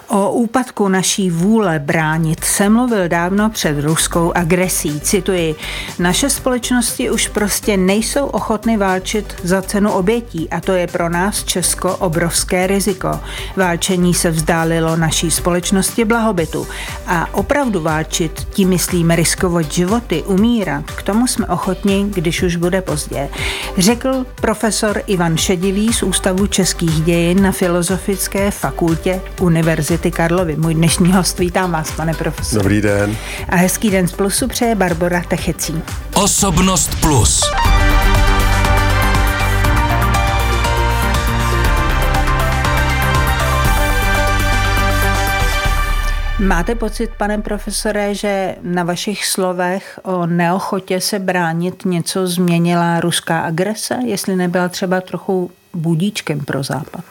O úpadku naší vůle bránit se mluvil dávno před ruskou agresí. Cituji, naše společnosti už prostě nejsou ochotny válčit za cenu obětí a to je pro nás Česko obrovské riziko. Válčení se vzdálilo naší společnosti blahobytu a opravdu válčit, tím myslíme riskovat životy, umírat, k tomu jsme ochotni, když už bude pozdě. Řekl profesor Ivan Šedivý z Ústavu českých dějin na Filozofické fakultě Univerzity Karlovy. Můj dnešní host, vítám vás, pane profesor. Dobrý den. A hezký den z Plusu přeje Barbora Techecí. Osobnost Plus. Máte pocit, pane profesore, že na vašich slovech o neochotě se bránit něco změnila ruská agrese, jestli nebyla třeba trochu budíčkem pro Západ?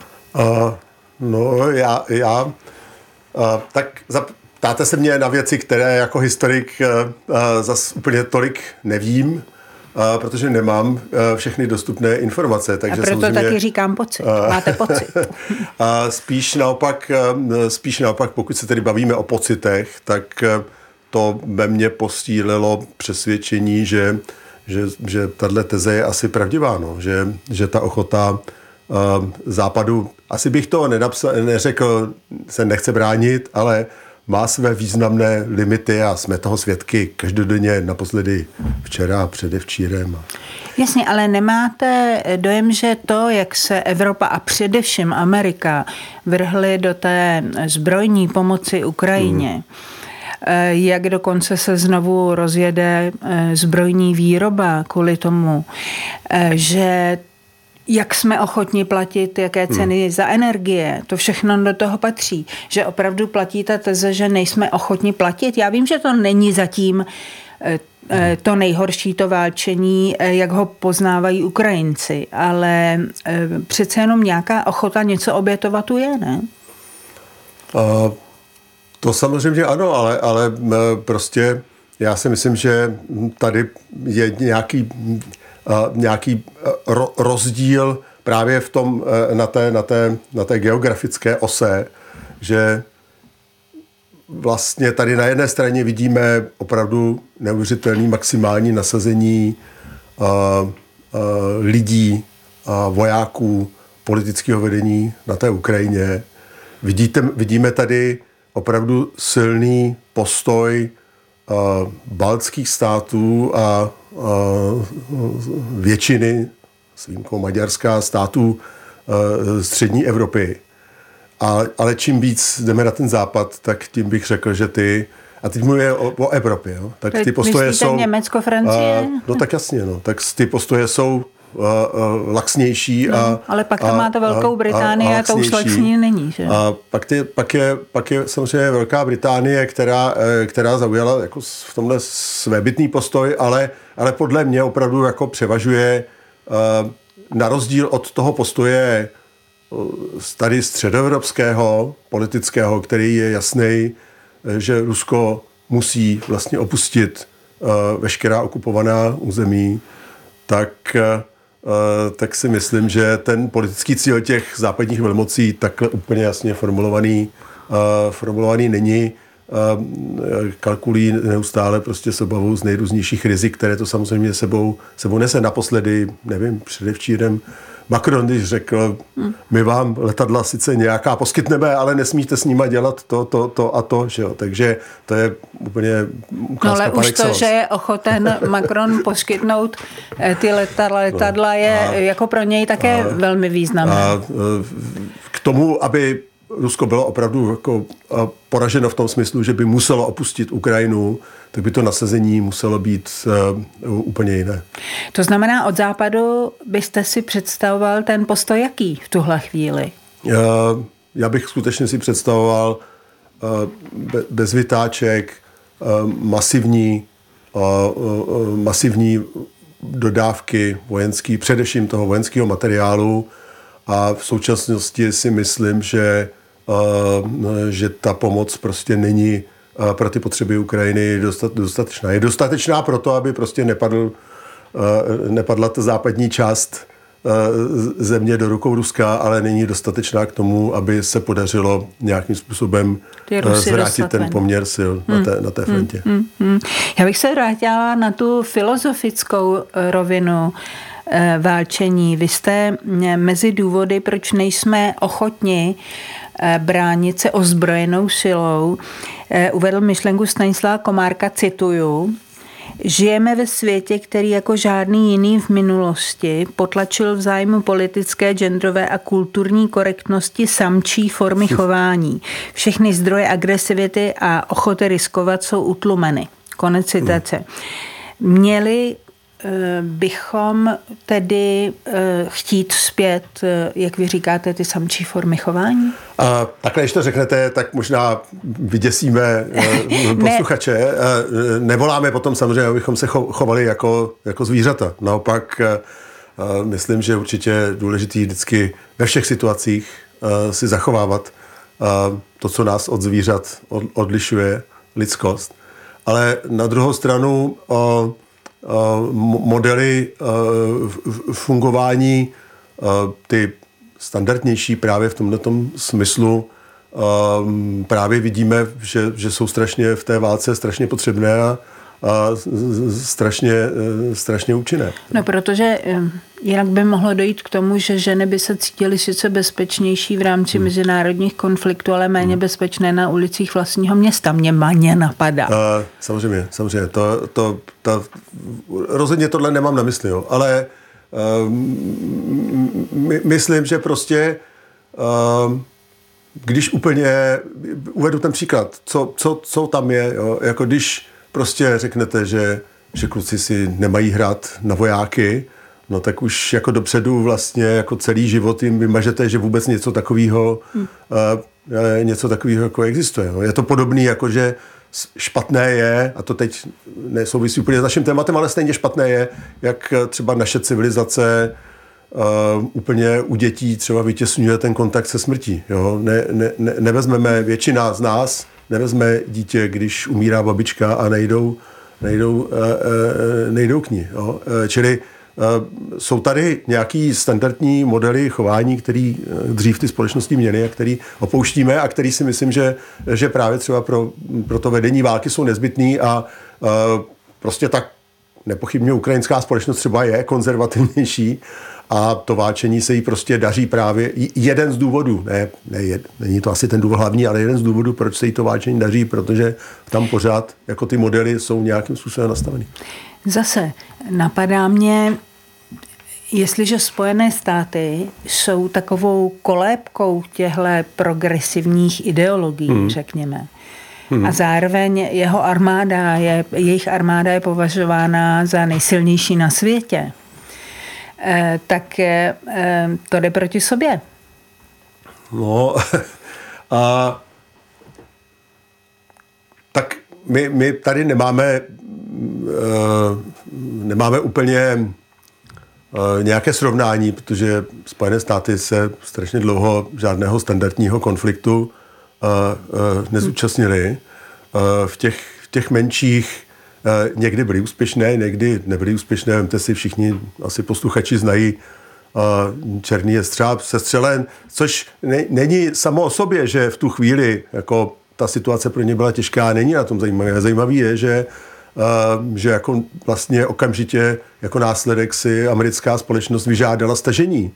Ptáte se mě na věci, které jako historik zas úplně tolik nevím, protože nemám všechny dostupné informace. Takže a proto taky říkám pocit. Máte pocit. Spíš naopak, pokud se tedy bavíme o pocitech, tak to ve mně posílilo přesvědčení, že tato teze je asi pravdivá, no? Že ta ochota Západu, asi bych to neřekl, se nechce bránit, ale má své významné limity a jsme toho svědky každodenně, naposledy včera, předevčírem. Jasně, ale nemáte dojem, že to, jak se Evropa a především Amerika vrhly do té zbrojní pomoci Ukrajině, jak dokonce se znovu rozjede zbrojní výroba kvůli tomu, že jak jsme ochotni platit, jaké ceny za energie, to všechno do toho patří. Že opravdu platí ta teze, že nejsme ochotni platit. Já vím, že to není zatím to nejhorší, to válčení, jak ho poznávají Ukrajinci, ale přece jenom nějaká ochota něco obětovat tu je, ne? To samozřejmě ano, ale prostě já si myslím, že tady je nějaký rozdíl právě v tom, na té geografické ose, že vlastně tady na jedné straně vidíme opravdu neuvěřitelný maximální nasazení lidí a vojáků politického vedení na té Ukrajině. Vidíme tady opravdu silný postoj baltských států a většiny, s výjimkou Maďarska, států střední Evropy. Ale čím víc jdeme na ten západ, tak tím bych řekl, že a teď mluvím o Evropě, jo, tak ty postoje jsou... Německo, Francie? No tak jasně, no, tak ty postoje jsou laxnější. Ale pak tam máte Velkou Británii a to už laxní není. Že? A pak je samozřejmě Velká Británie, která zaujala jako v tomhle svébytný postoj, ale podle mě opravdu jako převažuje na rozdíl od toho postoje tady středoevropského, politického, který je jasný, že Rusko musí vlastně opustit veškerá okupovaná území, tak si myslím, že ten politický cíl těch západních velmocí takhle úplně jasně formulovaný není. Kalkulují neustále prostě s obavou z nejrůznějších rizik, které to samozřejmě sebou nese. Naposledy, nevím, předevčírem Macron, když řekl, my vám letadla sice nějaká poskytneme, ale nesmíte s nima dělat to a to, že jo. Takže to je úplně ukázka ale už to, že je ochoten Macron poskytnout ty letadla je jako pro něj také velmi významné. K tomu, aby Rusko bylo opravdu jako poraženo v tom smyslu, že by muselo opustit Ukrajinu, tak by to nasazení muselo být úplně jiné. To znamená, od západu byste si představoval ten postoj jaký v tuhle chvíli? Já bych skutečně si představoval bez vytáček masivní dodávky vojenský, především toho vojenského materiálu, a v současnosti si myslím, že ta pomoc prostě není pro ty potřeby Ukrajiny dostatečná. Je dostatečná proto, aby prostě nepadla ta západní část země do rukou Ruska, ale není dostatečná k tomu, aby se podařilo nějakým způsobem zvrátit ten poměr sil na té frontě. Já bych se vrátila na tu filozofickou rovinu válčení. Vy jste mezi důvody, proč nejsme ochotni bránit se ozbrojenou silou, uvedl myšlenku Stanislava Komárka, cituju: žijeme ve světě, který jako žádný jiný v minulosti potlačil v zájmu politické, genderové a kulturní korektnosti samčí formy chování. Všechny zdroje agresivity a ochoty riskovat jsou utlumeny. Konec citace. Měli bychom tedy chtít zpět, jak vy říkáte, ty samčí formy chování? Takhle, když to řeknete, tak možná vyděsíme posluchače. Nevoláme potom samozřejmě, abychom se chovali jako zvířata. Naopak myslím, že určitě je důležitý vždycky ve všech situacích si zachovávat to, co nás od zvířat odlišuje, lidskost. Ale na druhou stranu modely fungování, ty standardnější právě v tomto smyslu, právě vidíme, že jsou strašně v té válce strašně potřebné a strašně účinné. No, protože jinak by mohlo dojít k tomu, že ženy by se cítily sice bezpečnější v rámci mezinárodních konfliktů, ale méně bezpečné na ulicích vlastního města. Mě maně napadá. Samozřejmě. Rozhodně tohle nemám na mysli, jo. Ale myslím, že prostě když úplně uvedu ten příklad, co tam je, jo, jako když prostě řeknete, že kluci si nemají hrát na vojáky, no tak už jako dopředu vlastně jako celý život jim vymažete, že vůbec něco takového jako existuje. No. Je to podobný, jako že špatné je, a to teď nesouvisí úplně s naším tématem, ale stejně špatné je, jak třeba naše civilizace úplně u dětí třeba vytěsňuje ten kontakt se smrtí. Jo? Nevezmeme, většina z nás nevezme dítě, když umírá babička a nejdou k ní. Jo? Čili jsou tady nějaký standardní modely chování, který dřív ty společnosti měly a který opouštíme a který si myslím, že právě třeba pro to vedení války jsou nezbytný a prostě tak nepochybně ukrajinská společnost třeba je konzervativnější a to válčení se jí prostě daří právě jeden z důvodů, není to asi ten důvod hlavní, ale jeden z důvodů, proč se jí to válčení daří, protože tam pořád jako ty modely jsou nějakým způsobem nastaveny. Zase napadá mě, jestliže Spojené státy jsou takovou kolébkou těchto progresivních ideologií, řekněme, a zároveň jejich armáda je považována za nejsilnější na světě, tak to jde proti sobě. No, tak my tady nemáme úplně nějaké srovnání, protože Spojené státy se strašně dlouho žádného standardního konfliktu nezúčastnili. V těch menších někdy byly úspěšné, někdy nebyly úspěšné. Vemte si, všichni asi posluchači znají Černý jestřáb sestřelen, což není samo o sobě, že v tu chvíli jako ta situace pro ně byla těžká, není na tom zajímavé. Zajímavý je, že jako vlastně okamžitě jako následek si americká společnost vyžádala stažení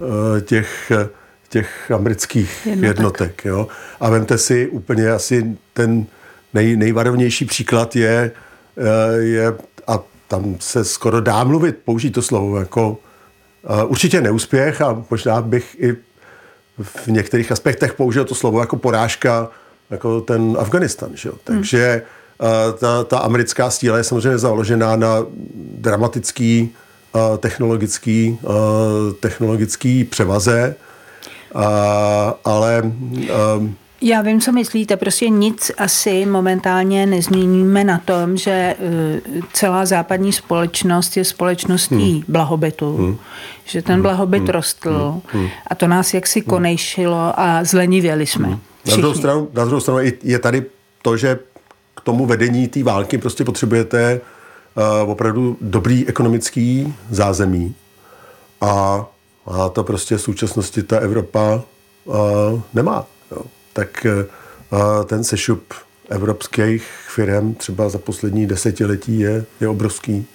těch amerických jednotek. Jo? A vemte si úplně asi ten nejvarovnější příklad je, a tam se skoro dá mluvit, použít to slovo, jako určitě neúspěch a možná bych i v některých aspektech použil to slovo jako porážka, jako ten Afganistan. Že jo? Takže ta americká síla je samozřejmě založená na dramatický technologický převaze, ale já vím, co myslíte. Prostě nic asi momentálně nezměníme na tom, že celá západní společnost je společností blahobytu. Že ten blahobyt rostl a to nás jaksi konejšilo a zlenivěli jsme. Na druhou stranu je tady to, že k tomu vedení té války prostě potřebujete opravdu dobrý ekonomický zázemí. A A to prostě v současnosti ta Evropa nemá. Jo. Tak ten sešup evropských firem třeba za poslední desetiletí je obrovský.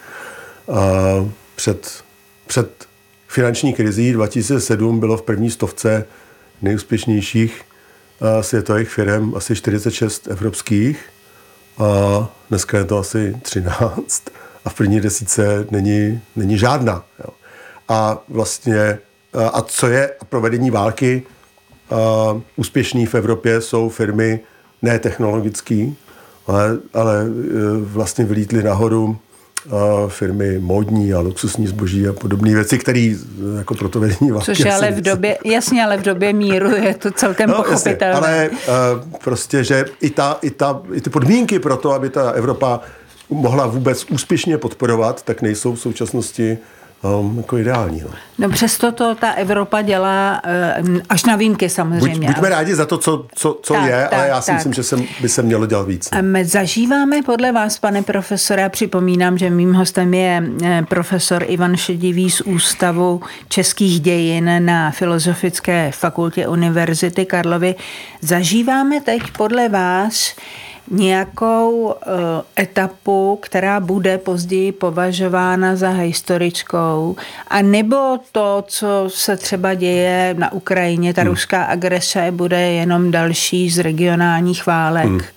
Před finanční krizí 2007 bylo v první stovce nejúspěšnějších světových firm asi 46 evropských a dneska je to asi 13 a v první desítce není žádná. Jo. A vlastně, a co je provedení války úspěšný v Evropě, jsou firmy ne technologický, ale vlastně vylítly nahoru firmy módní a luxusní zboží a podobné věci, které jako pro to vedení války. Což ale ale v době míru je to celkem pochopitelné. Ale prostě, že i ty podmínky pro to, aby ta Evropa mohla vůbec úspěšně podporovat, tak nejsou v současnosti jako ideální. No přesto to ta Evropa dělá až na výjimky samozřejmě. Buďme rádi za to, co je, ale já si myslím, že by se mělo dělat víc. Zažíváme podle vás, pane profesore, připomínám, že mým hostem je profesor Ivan Šedivý z Ústavu českých dějin na Filozofické fakultě Univerzity Karlovy. Zažíváme teď podle vás nějakou etapu, která bude později považována za historickou, a nebo to, co se třeba děje na Ukrajině, ta ruská agrese, bude jenom další z regionálních válek?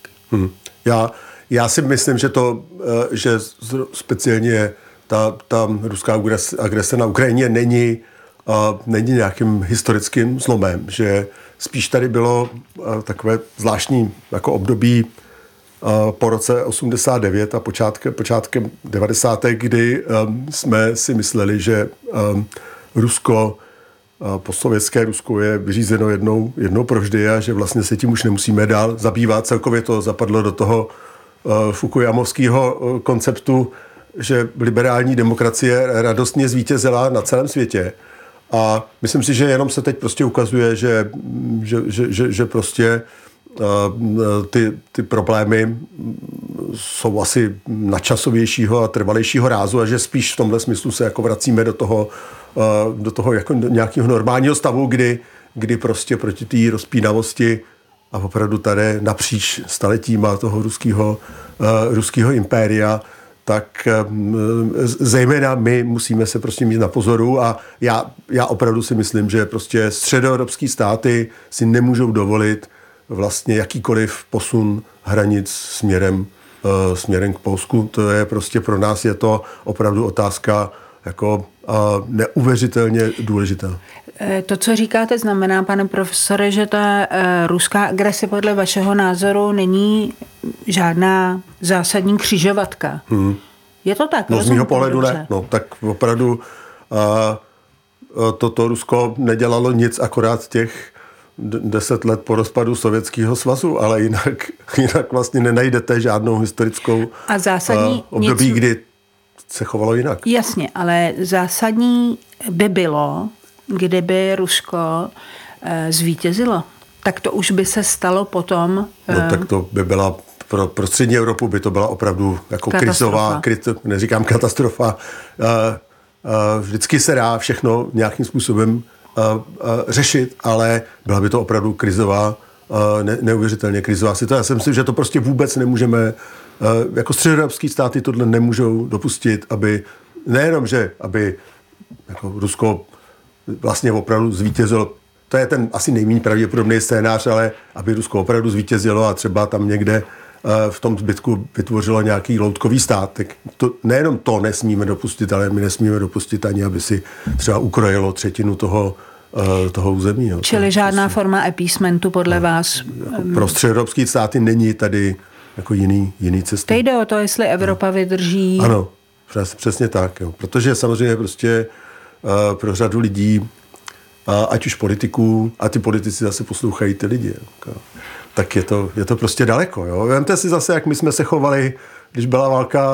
Já si myslím, že speciálně ta ruská agrese na Ukrajině není nějakým historickým zlomem, že spíš tady bylo takové zvláštní jako období po roce 89 a počátkem 90. kdy jsme si mysleli, že Rusko, postsovětské Rusko je vyřízeno jednou provždy a že vlastně se tím už nemusíme dál zabývat. Celkově to zapadlo do toho Fukuyamovského konceptu, že liberální demokracie radostně zvítězila na celém světě. A myslím si, že jenom se teď prostě ukazuje, že prostě ty problémy jsou asi nadčasovějšího a trvalejšího rázu a že spíš v tomhle smyslu se jako vracíme do toho jako nějakého normálního stavu, kdy prostě proti té rozpínavosti a opravdu tady napříč staletíma toho ruského impéria, tak zejména my musíme se prostě mít na pozoru a já opravdu si myslím, že prostě středoevropské státy si nemůžou dovolit vlastně jakýkoliv posun hranic směrem k Polsku. To je prostě pro nás je to opravdu otázka jako neuvěřitelně důležitá. To, co říkáte, znamená, pane profesore, že ta ruská agrese podle vašeho názoru není žádná zásadní křižovatka. Je to tak? No z mýho pohledu ne. No, tak opravdu to Rusko nedělalo nic, akorát těch 10 let po rozpadu Sovětského svazu, ale jinak vlastně nenajdete žádnou historickou a zásadní období, kdy se chovalo jinak. Jasně, ale zásadní by bylo, kdyby Rusko zvítězilo. Tak to už by se stalo potom. No tak to by byla pro střední Evropu by to byla opravdu jako krizová, neříkám katastrofa. Vždycky se dá všechno nějakým způsobem řešit, ale byla by to opravdu krizová, neuvěřitelně krizová situace. Já si myslím, že to prostě vůbec nemůžeme, jako středoevropské státy tohle nemůžou dopustit, aby nejenom, že aby jako Rusko vlastně opravdu zvítězilo, to je ten asi nejméně pravděpodobný scénář, ale aby Rusko opravdu zvítězilo a třeba tam někde v tom zbytku vytvořilo nějaký loutkový stát, tak nejenom to nesmíme dopustit, ale my nesmíme dopustit ani, aby si třeba ukrojilo třetinu toho území. Jo. Čili žádná forma appeasementu podle vás? Jako pro středoevropské státy není tady jako jiný cesta. Teď jde o to, jestli Evropa vydrží. Ano, přesně tak. Jo. Protože samozřejmě prostě pro řadu lidí, ať už politiků, a ty politici zase poslouchají ty lidi, tak je to prostě daleko. Jo. Vemte si zase, jak my jsme se chovali, když byla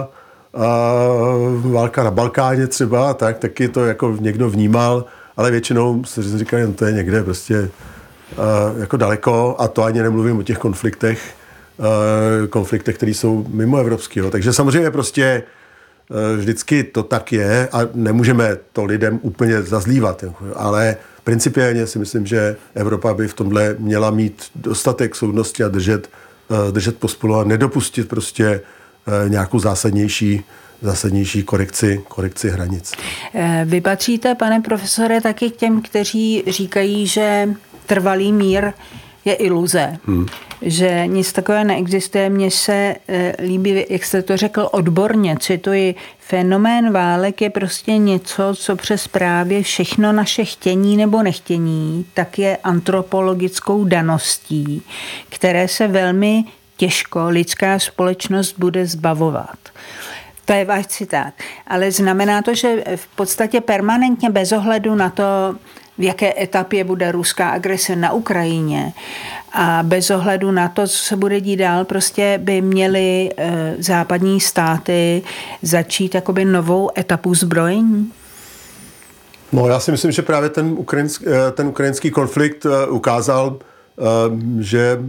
válka na Balkáně třeba, tak je to jako někdo vnímal, ale většinou se říkali, no to je někde prostě jako daleko a to ani nemluvím o těch konfliktech, které jsou mimo evropského. Takže samozřejmě prostě vždycky to tak je a nemůžeme to lidem úplně zazlívat, ale principiálně si myslím, že Evropa by v tomhle měla mít dostatek soudnosti a držet pospolu a nedopustit prostě nějakou zásadnější korekci hranic. Vy patříte, pane profesore, taky k těm, kteří říkají, že trvalý mír je iluze. Že nic takového neexistuje. Mně se líbí, jak jste to řekl odborně, cituji, fenomén válek je prostě něco, co přes právě všechno naše chtění nebo nechtění, tak je antropologickou daností, které se velmi těžko lidská společnost bude zbavovat. To je váš citát. Ale znamená to, že v podstatě permanentně bez ohledu na to, v jaké etapě bude ruská agrese na Ukrajině a bez ohledu na to, co se bude dít dál, prostě by měly západní státy začít jakoby novou etapu zbrojení? No, já si myslím, že právě ten ukrajinský konflikt ukázal, že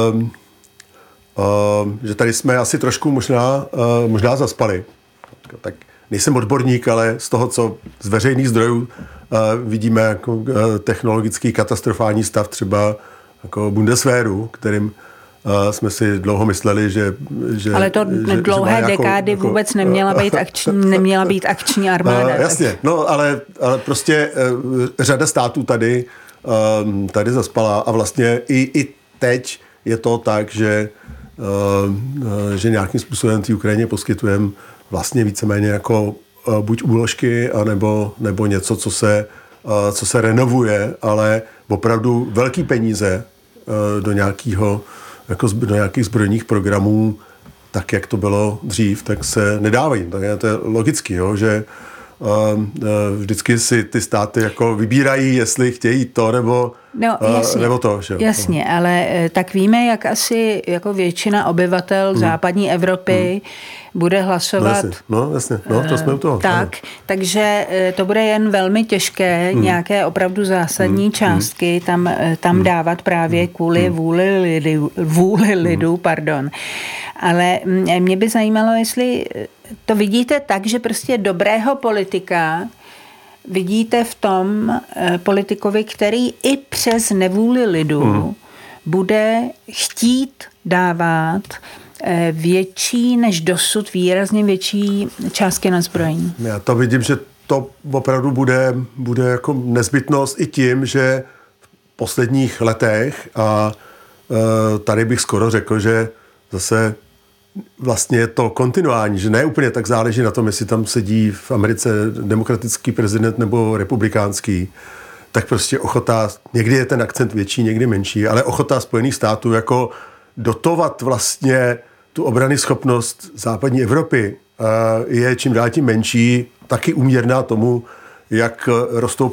tady jsme asi trošku možná zaspali. Tak nejsem odborník, ale z toho, co z veřejných zdrojů vidíme jako technologický katastrofální stav třeba jako Bundeswehru, kterým jsme si dlouho mysleli, že ale to dlouhé dekády vůbec neměla být akční armáda. Jasně, no ale prostě řada států tady zaspala a vlastně i teď je to tak, že nějakým způsobem té Ukrajině poskytujeme vlastně víceméně jako buď úložky, nebo něco, co se renovuje, ale opravdu velký peníze do nějakých zbrojních programů, tak jak to bylo dřív, tak se nedávají. Tak to je logicky, jo, že vždycky si ty státy jako vybírají, jestli chtějí to nebo to. Že? Jasně, ale tak víme, jak asi jako většina obyvatel západní Evropy bude hlasovat. Jasně, to jsme u toho. Takže to bude jen velmi těžké nějaké opravdu zásadní částky tam dávat právě kvůli vůli lidu. Ale mě by zajímalo, jestli to vidíte tak, že prostě dobrého politika vidíte v tom politikovi, který i přes nevůli lidu bude chtít dávat větší než dosud, výrazně větší částky na zbrojení. Já to vidím, že to opravdu bude jako nezbytnost i tím, že v posledních letech a tady bych skoro řekl, že zase vlastně je to kontinuální, že ne úplně tak záleží na tom, jestli tam sedí v Americe demokratický prezident nebo republikánský, tak prostě ochota, někdy je ten akcent větší, někdy menší, ale ochota Spojených států jako dotovat vlastně tu obrany schopnost západní Evropy je čím dál tím menší, taky úměrná tomu, jak rostou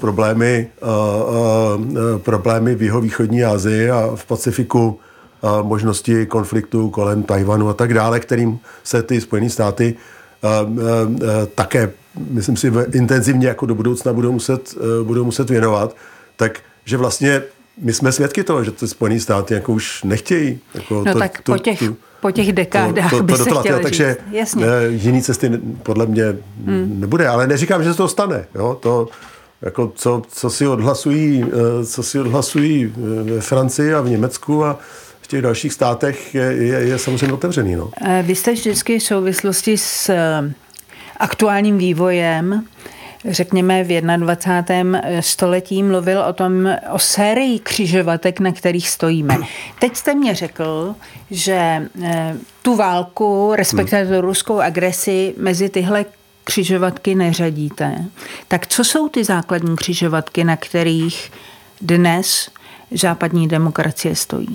problémy v jihovýchodní Asii a v Pacifiku, možnosti konfliktu kolem Tajvanu a tak dále, kterým se ty Spojené státy také, myslím si, intenzivně jako do budoucna budou muset věnovat. Takže vlastně my jsme svědky toho, že ty Spojené státy jako už nechtějí. Jako po těch dekádách by se chtělo říct. Takže jiný cesty podle mě nebude, ale neříkám, že se to stane. Jo? To, jako co si odhlasují ve Francii a v Německu a v těch dalších státech je samozřejmě otevřený. No. Vy jste vždycky v souvislosti s aktuálním vývojem, řekněme v 21. století, mluvil o sérii křižovatek, na kterých stojíme. Teď jste mě řekl, že tu válku, respektive tu ruskou agresi mezi tyhle křižovatky neřadíte. Tak co jsou ty základní křižovatky, na kterých dnes západní demokracie stojí?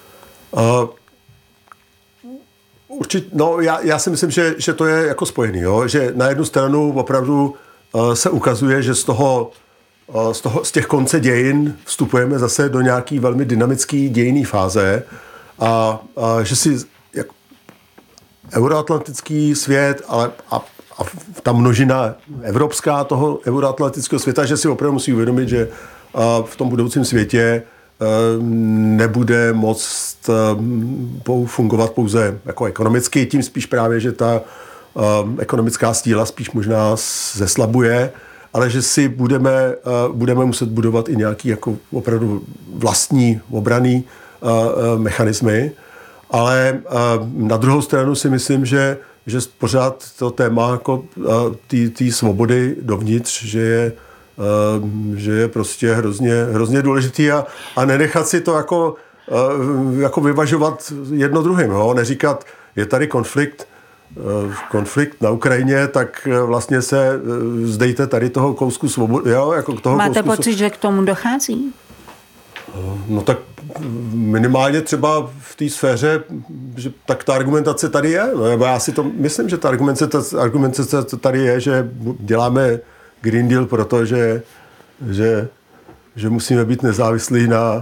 Určitě, no já si myslím, že to je jako spojený, jo? Že na jednu stranu opravdu se ukazuje, že z těch konce dějin vstupujeme zase do nějaký velmi dynamický dějinný fáze a že si jak euroatlantický svět, ale a ta množina evropská toho euroatlantického světa, že si opravdu musí uvědomit, že v tom budoucím světě nebude moct fungovat pouze jako ekonomicky, tím spíš právě, že ta ekonomická síla spíš možná zeslabuje, ale že si budeme muset budovat i nějaký jako opravdu vlastní obranný mechanismy. Ale na druhou stranu si myslím, že pořád to téma jako té svobody dovnitř, že je prostě hrozně důležitý a nenechat si to jako vyvažovat jedno druhým. Jo? Neříkat, je tady konflikt na Ukrajině, tak vlastně se vzdejte tady toho kousku svobody. Jo? Jako toho máte pocit, že k tomu dochází? No tak minimálně třeba v té sféře, že tak ta argumentace tady je. No, nebo já si to myslím, že ta argumentace tady je, že děláme Green Deal protože že musíme být nezávislí na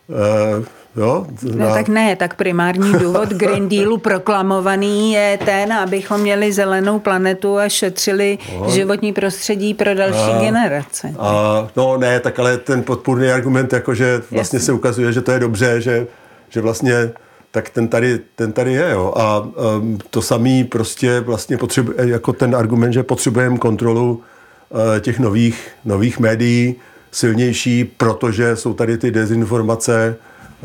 No tak ne, tak primární důvod Green Dealu proklamovaný je ten, abychom měli zelenou planetu a šetřili životní prostředí pro další generace. No ne, tak ale ten podpůrný argument, jakože vlastně se ukazuje, že to je dobře, že vlastně tak ten tady je. Jo. A to samý prostě vlastně jako ten argument, že potřebujeme kontrolu těch nových médií silnější, protože jsou tady ty dezinformace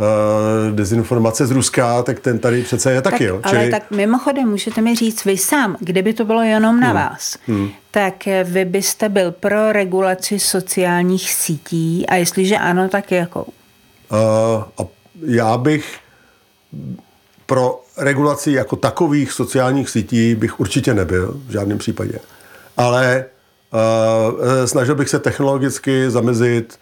z Ruska, tak ten tady přece je taky. Jo. Ale tak mimochodem, můžete mi říct vy sám, kdyby to bylo jenom na vás, tak vy byste byl pro regulaci sociálních sítí a jestliže ano, tak jakou? Já bych pro regulaci jako takových sociálních sítí bych určitě nebyl, v žádném případě. Ale snažil bych se technologicky zamezit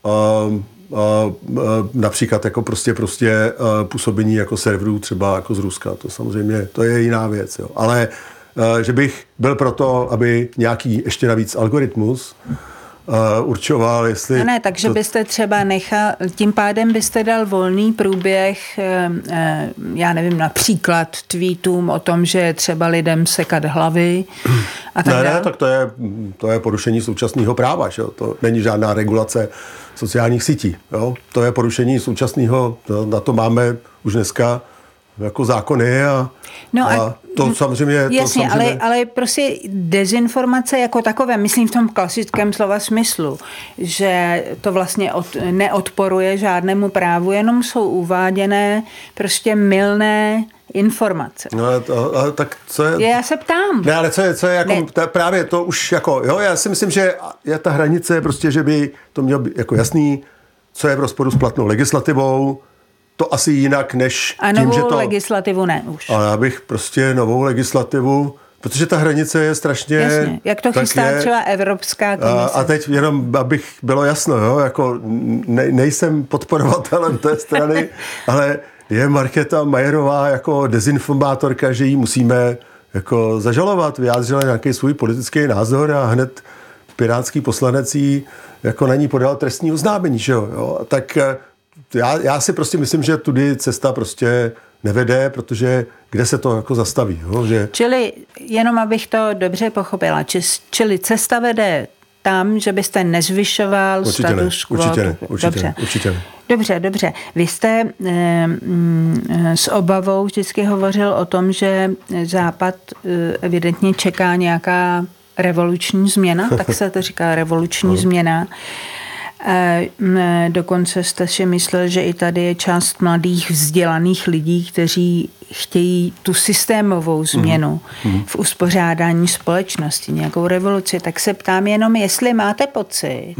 například jako prostě působení jako serverů třeba jako z Ruska. To samozřejmě, to je jiná věc. Jo. Ale že bych byl proto, aby nějaký ještě navíc algoritmus určoval, jestli... Ne, takže byste třeba tím pádem byste dal volný průběh, já nevím, například tweetům o tom, že je třeba lidem sekat hlavy a tak dále. Ne, tak to je porušení současného práva, že? To není žádná regulace sociálních sítí. Jo? To je porušení současného, na to máme už dneska jako zákony a to samozřejmě... Jasně, ale prostě dezinformace jako takové, myslím v tom klasickém slova smyslu, že to vlastně neodporuje žádnému právu, jenom jsou uváděné prostě mylné informace. No, ale tak co je... Já se ptám. Ne, ale co je jako... Právě to už jako... Jo, já si myslím, že ta hranice prostě, že by to mělo být jako jasný, co je v rozporu s platnou legislativou, to asi jinak, než a tím, že to... A novou legislativu ne už. Ale já bych prostě novou legislativu, protože ta hranice je strašně... Jasně, jak to chystá třeba Evropská komise. A teď jenom, abych bylo jasno, jo, jako nejsem podporovatelem té strany, ale je Markéta Majerová jako dezinformátorka, že ji musíme jako zažalovat, vyjádřila nějaký svůj politický názor a hned pirátský poslanec jí jako na ní podal trestní oznámení, že jo. Tak já si prostě myslím, že tudy cesta prostě nevede, protože kde se to jako zastaví. Jo? Že... Čili, jenom abych to dobře pochopila, čili cesta vede tam, že byste nezvyšoval status quo. Určitě ne. Dobře. Vy jste s obavou vždycky hovořil o tom, že Západ evidentně čeká nějaká revoluční změna, tak se to říká revoluční změna. Dokonce jste si myslel, že i tady je část mladých vzdělaných lidí, kteří chtějí tu systémovou změnu v uspořádání společnosti, nějakou revoluci. Tak se ptám jenom, jestli máte pocit,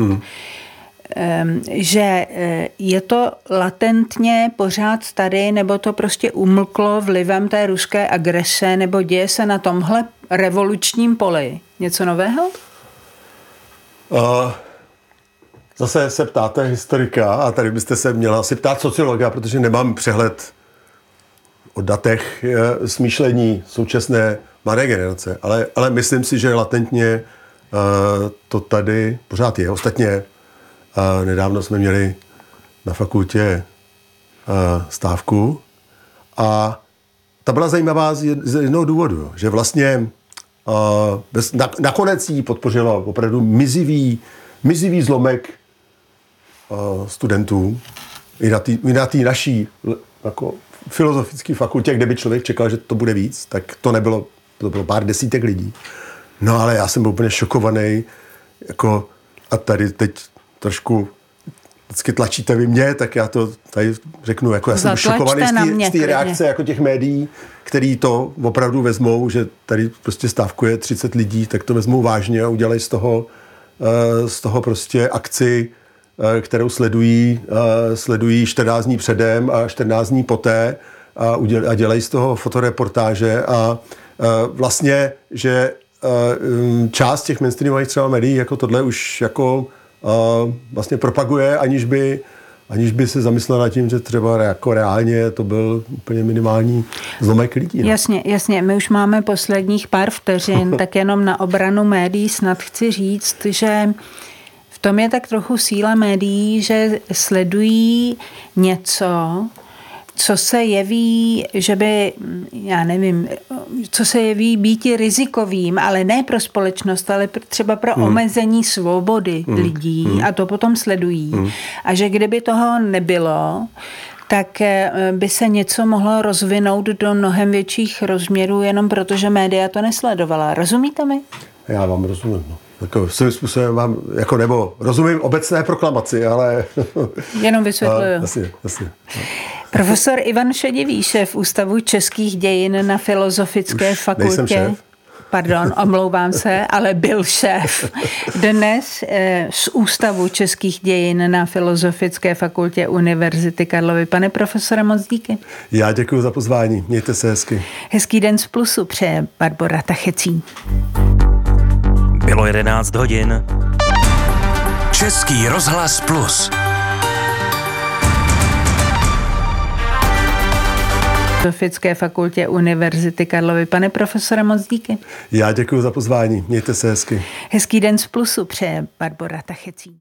že je to latentně pořád tady, nebo to prostě umlklo vlivem té ruské agrese, nebo děje se na tomhle revolučním poli něco nového? Zase se ptáte historika a tady byste se měla si ptát sociologa, protože nemám přehled o datech smýšlení současné mladé generace, ale myslím si, že latentně to tady pořád je. Ostatně nedávno jsme měli na fakultě stávku a ta byla zajímavá z jednoho důvodu, že vlastně nakonec jí podpořilo opravdu mizivý zlomek studentů i na té naší jako filozofické fakultě, kde by člověk čekal, že to bude víc, tak to nebylo to bylo pár desítek lidí. No ale já jsem byl úplně šokovaný, jako a tady teď trošku vždycky tlačíte vy mě, tak já to tady řeknu, jako já jsem šokovaný z té reakce jako těch médií, který to opravdu vezmou, že tady prostě stávkuje 30 lidí, tak to vezmou vážně a udělají z toho prostě akci, kterou sledují 14 dní předem a 14 dní poté a dělají z toho fotoreportáže a vlastně, že část těch mainstreamových třeba médií jako tohle už jako vlastně propaguje, aniž by se zamyslela nad tím, že třeba jako reálně to byl úplně minimální zlomek lidí. No. Jasně. My už máme posledních pár vteřin, tak jenom na obranu médií snad chci říct, že v tom je tak trochu síla médií, že sledují něco, co se jeví, že by, já nevím, co se jeví býti rizikovým, ale ne pro společnost, ale třeba pro omezení svobody lidí a to potom sledují. A že kdyby toho nebylo, tak by se něco mohlo rozvinout do mnohem větších rozměrů, jenom protože média to nesledovala. Rozumíte mi? Já vám rozumím, no. Jako svým způsobem vám, jako nebo rozumím obecné proklamaci, ale... Jenom vysvětluju. Jasně. Profesor Ivan Šedivý, šéf Ústavu českých dějin na Filozofické fakultě. Nejsem šéf. Pardon, omlouvám se, ale byl šéf. Dnes z Ústavu českých dějin na Filozofické fakultě Univerzity Karlovy. Pane profesore, moc díky. Já děkuji za pozvání. Mějte se hezky. Hezký den z Plusu přeje Barbora Tachecí. Bylo 11 hodin. Český rozhlas Plus. Filozofické fakultě Univerzity Karlovy. Pane profesore, moc díky. Já děkuji za pozvání. Mějte se hezky. Hezký den z Plusu přeje Barbora Tachecí.